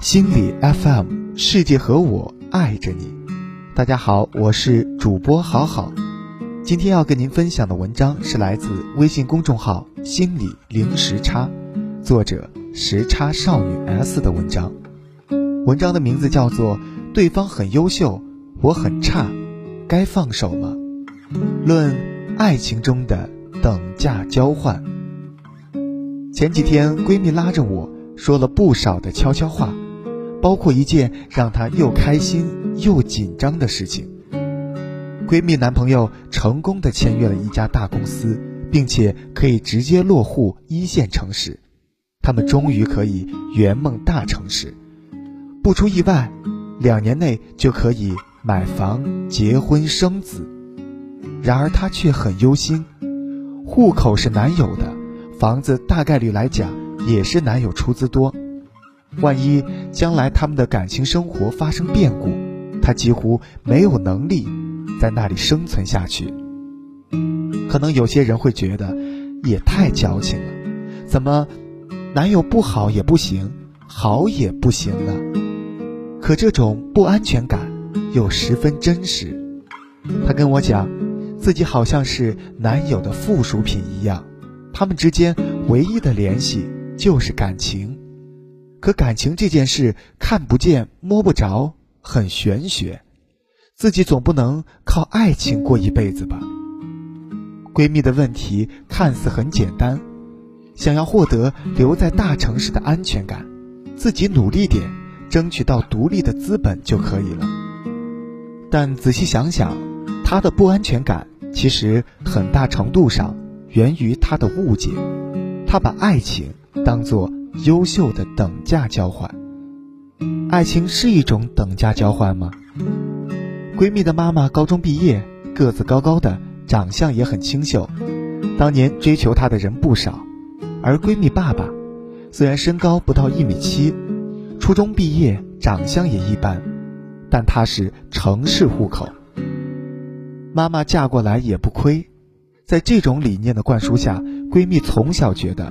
心理 FM， 世界和我爱着你。大家好，我是主播好好。今天要跟您分享的文章是来自微信公众号心理零时差，作者时差少女 S 的文章。文章的名字叫做对方很优秀，我很差，该放手吗？论爱情中的等价交换。前几天闺蜜拉着我说了不少的悄悄话，包括一件让她又开心又紧张的事情。闺蜜男朋友成功地签约了一家大公司，并且可以直接落户一线城市，他们终于可以圆梦大城市。不出意外，2年内就可以买房、结婚、生子。然而她却很忧心，户口是男友的，房子大概率来讲也是男友出资多，万一将来他们的感情生活发生变故，她几乎没有能力在那里生存下去。可能有些人会觉得也太矫情了，怎么男友不好也不行，好也不行呢？可这种不安全感又十分真实。她跟我讲，自己好像是男友的附属品一样，他们之间唯一的联系就是感情。可感情这件事看不见摸不着，很玄学，自己总不能靠爱情过一辈子吧。闺蜜的问题看似很简单，想要获得留在大城市的安全感，自己努力点，争取到独立的资本就可以了。但仔细想想，她的不安全感其实很大程度上源于她的误解，她把爱情当作优秀的等价交换。爱情是一种等价交换吗？闺蜜的妈妈高中毕业，个子高高的，长相也很清秀，当年追求她的人不少。而闺蜜爸爸虽然身高不到1.7米，初中毕业，长相也一般，但他是城市户口。妈妈嫁过来也不亏。在这种理念的灌输下，闺蜜从小觉得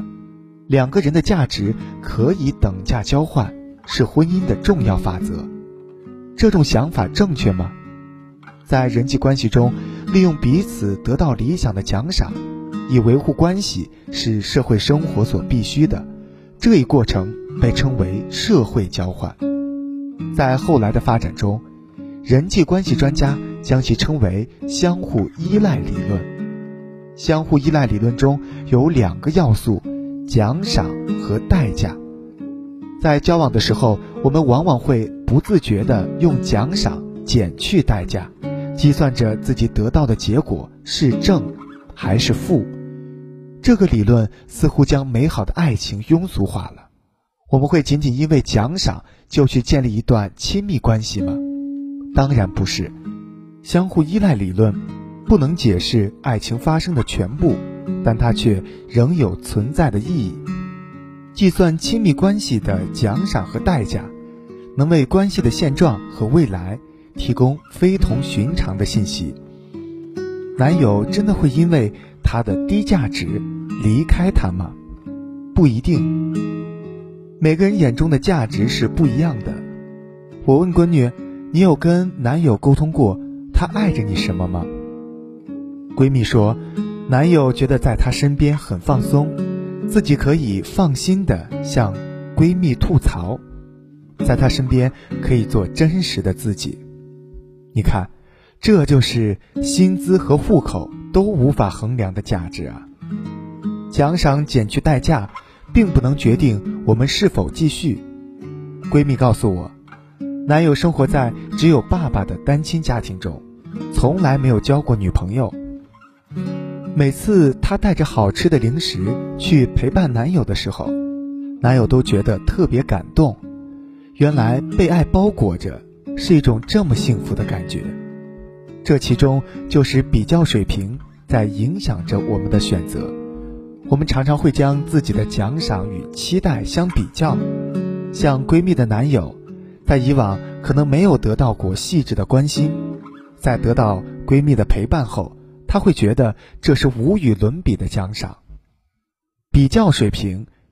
2个人的价值可以等价交换，是婚姻的重要法则。这种想法正确吗？在人际关系中，利用彼此得到理想的奖赏，以维护关系，是社会生活所必须的。这一过程被称为社会交换。在后来的发展中，人际关系专家将其称为相互依赖理论。相互依赖理论中有2个要素，奖赏和代价。在交往的时候，我们往往会不自觉地用奖赏减去代价，计算着自己得到的结果是正还是负。这个理论似乎将美好的爱情庸俗化了。我们会仅仅因为奖赏就去建立一段亲密关系吗？当然不是。相互依赖理论不能解释爱情发生的全部，但它却仍有存在的意义。计算亲密关系的奖赏和代价，能为关系的现状和未来提供非同寻常的信息。男友真的会因为他的低价值离开他吗？不一定。每个人眼中的价值是不一样的。我问闺女，你有跟男友沟通过他爱着你什么吗？闺蜜说，男友觉得在她身边很放松，自己可以放心地向闺蜜吐槽，在她身边可以做真实的自己。你看，这就是薪资和户口都无法衡量的价值啊！奖赏减去代价，并不能决定我们是否继续。闺蜜告诉我，男友生活在只有爸爸的单亲家庭中，从来没有交过女朋友。每次她带着好吃的零食去陪伴男友的时候，男友都觉得特别感动。原来被爱包裹着是一种这么幸福的感觉。这其中就是比较水平在影响着我们的选择。我们常常会将自己的奖赏与期待相比较。像闺蜜的男友，在以往可能没有得到过细致的关心，在得到闺蜜的陪伴后，他会觉得这是无与伦比的奖赏。比较水平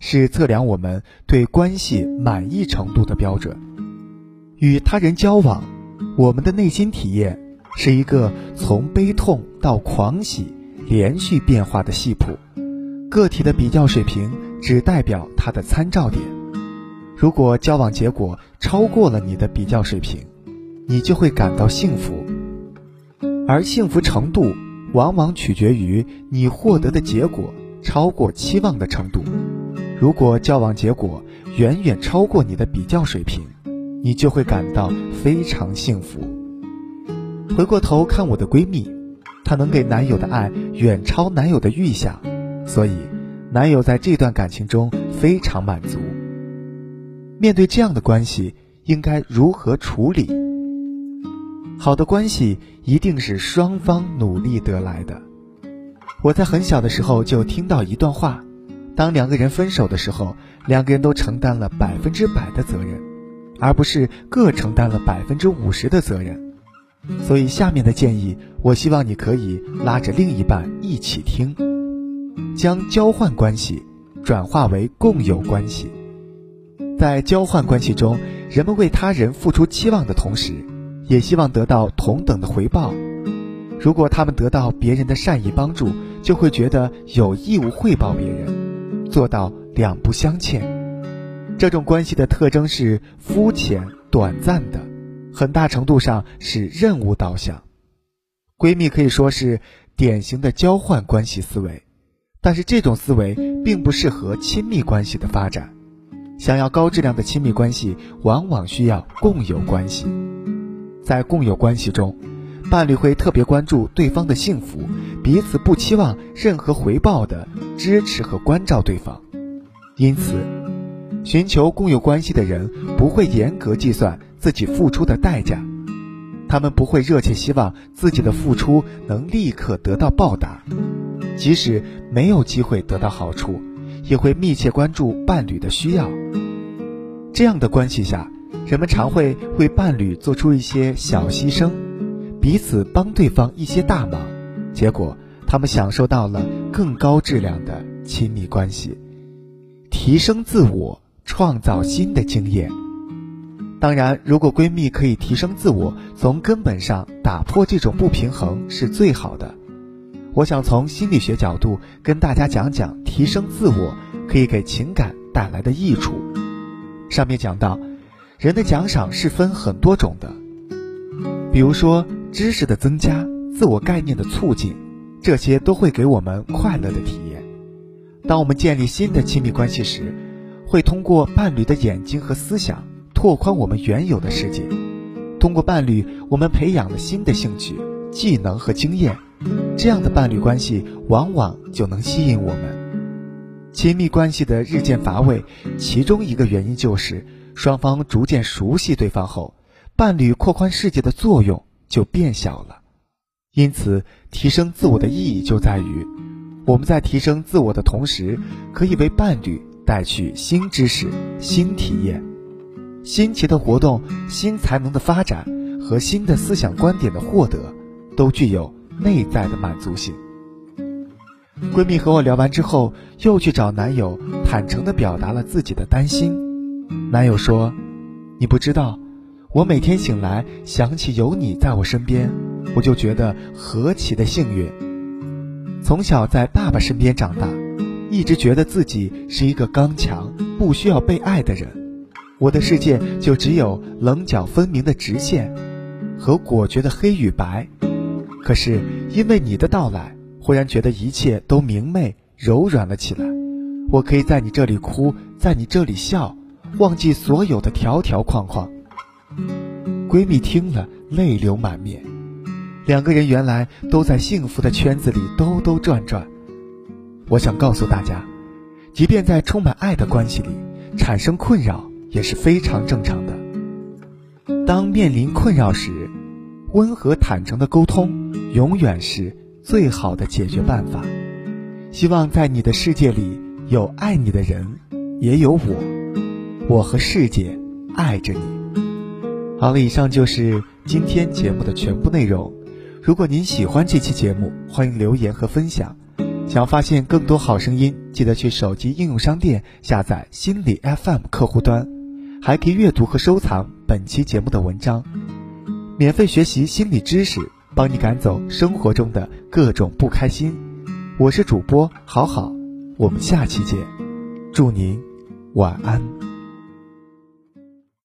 是测量我们对关系满意程度的标准。与他人交往，我们的内心体验是一个从悲痛到狂喜连续变化的系谱，个体的比较水平只代表它的参照点。如果交往结果超过了你的比较水平，你就会感到幸福，而幸福程度往往取决于你获得的结果超过期望的程度。如果交往结果远远超过你的比较水平，你就会感到非常幸福。回过头看我的闺蜜，她能给男友的爱远超男友的预想，所以男友在这段感情中非常满足。面对这样的关系，应该如何处理？好的关系一定是双方努力得来的。我在很小的时候就听到一段话，当两个人分手的时候，两个人都承担了100%的责任，而不是各承担了50%的责任。所以下面的建议，我希望你可以拉着另一半一起听，将交换关系转化为共有关系。在交换关系中，人们为他人付出期望的同时，也希望得到同等的回报。如果他们得到别人的善意帮助，就会觉得有义务汇报别人，做到两不相欠。这种关系的特征是肤浅短暂的，很大程度上是任务导向。闺蜜可以说是典型的交换关系思维，但是这种思维并不适合亲密关系的发展。想要高质量的亲密关系，往往需要共有关系。在共有关系中，伴侣会特别关注对方的幸福，彼此不期望任何回报的支持和关照对方。因此，寻求共有关系的人不会严格计算自己付出的代价，他们不会热切希望自己的付出能立刻得到报答，即使没有机会得到好处，也会密切关注伴侣的需要。这样的关系下，人们常会为伴侣做出一些小牺牲，彼此帮对方一些大忙，结果他们享受到了更高质量的亲密关系。提升自我，创造新的经验。当然，如果闺蜜可以提升自我，从根本上打破这种不平衡是最好的。我想从心理学角度跟大家讲讲提升自我可以给情感带来的益处。上面讲到，人的奖赏是分很多种的，比如说知识的增加、自我概念的促进，这些都会给我们快乐的体验。当我们建立新的亲密关系时，会通过伴侣的眼睛和思想拓宽我们原有的世界。通过伴侣，我们培养了新的兴趣、技能和经验，这样的伴侣关系往往就能吸引我们。亲密关系的日渐乏味，其中一个原因就是双方逐渐熟悉对方后，伴侣扩宽世界的作用就变小了。因此，提升自我的意义就在于，我们在提升自我的同时，可以为伴侣带去新知识、新体验、新奇的活动、新才能的发展和新的思想观点的获得，都具有内在的满足性。闺蜜和我聊完之后，又去找男友坦诚地表达了自己的担心。男友说，你不知道，我每天醒来想起有你在我身边，我就觉得何其的幸运。从小在爸爸身边长大，一直觉得自己是一个刚强、不需要被爱的人。我的世界就只有棱角分明的直线和果决的黑与白。可是因为你的到来，忽然觉得一切都明媚柔软了起来。我可以在你这里哭，在你这里笑，忘记所有的条条框框。闺蜜听了泪流满面，两个人原来都在幸福的圈子里兜兜转转。我想告诉大家，即便在充满爱的关系里，产生困扰也是非常正常的。当面临困扰时，温和坦诚的沟通永远是最好的解决办法。希望在你的世界里有爱你的人，也有我和世界爱着你。好了，以上就是今天节目的全部内容。如果您喜欢这期节目，欢迎留言和分享。 想要发现更多好声音，记得去手机应用商店下载心理 FM 客户端，还可以阅读和收藏本期节目的文章，免费学习心理知识，帮你赶走生活中的各种不开心。我是主播好好，我们下期见，祝您晚安。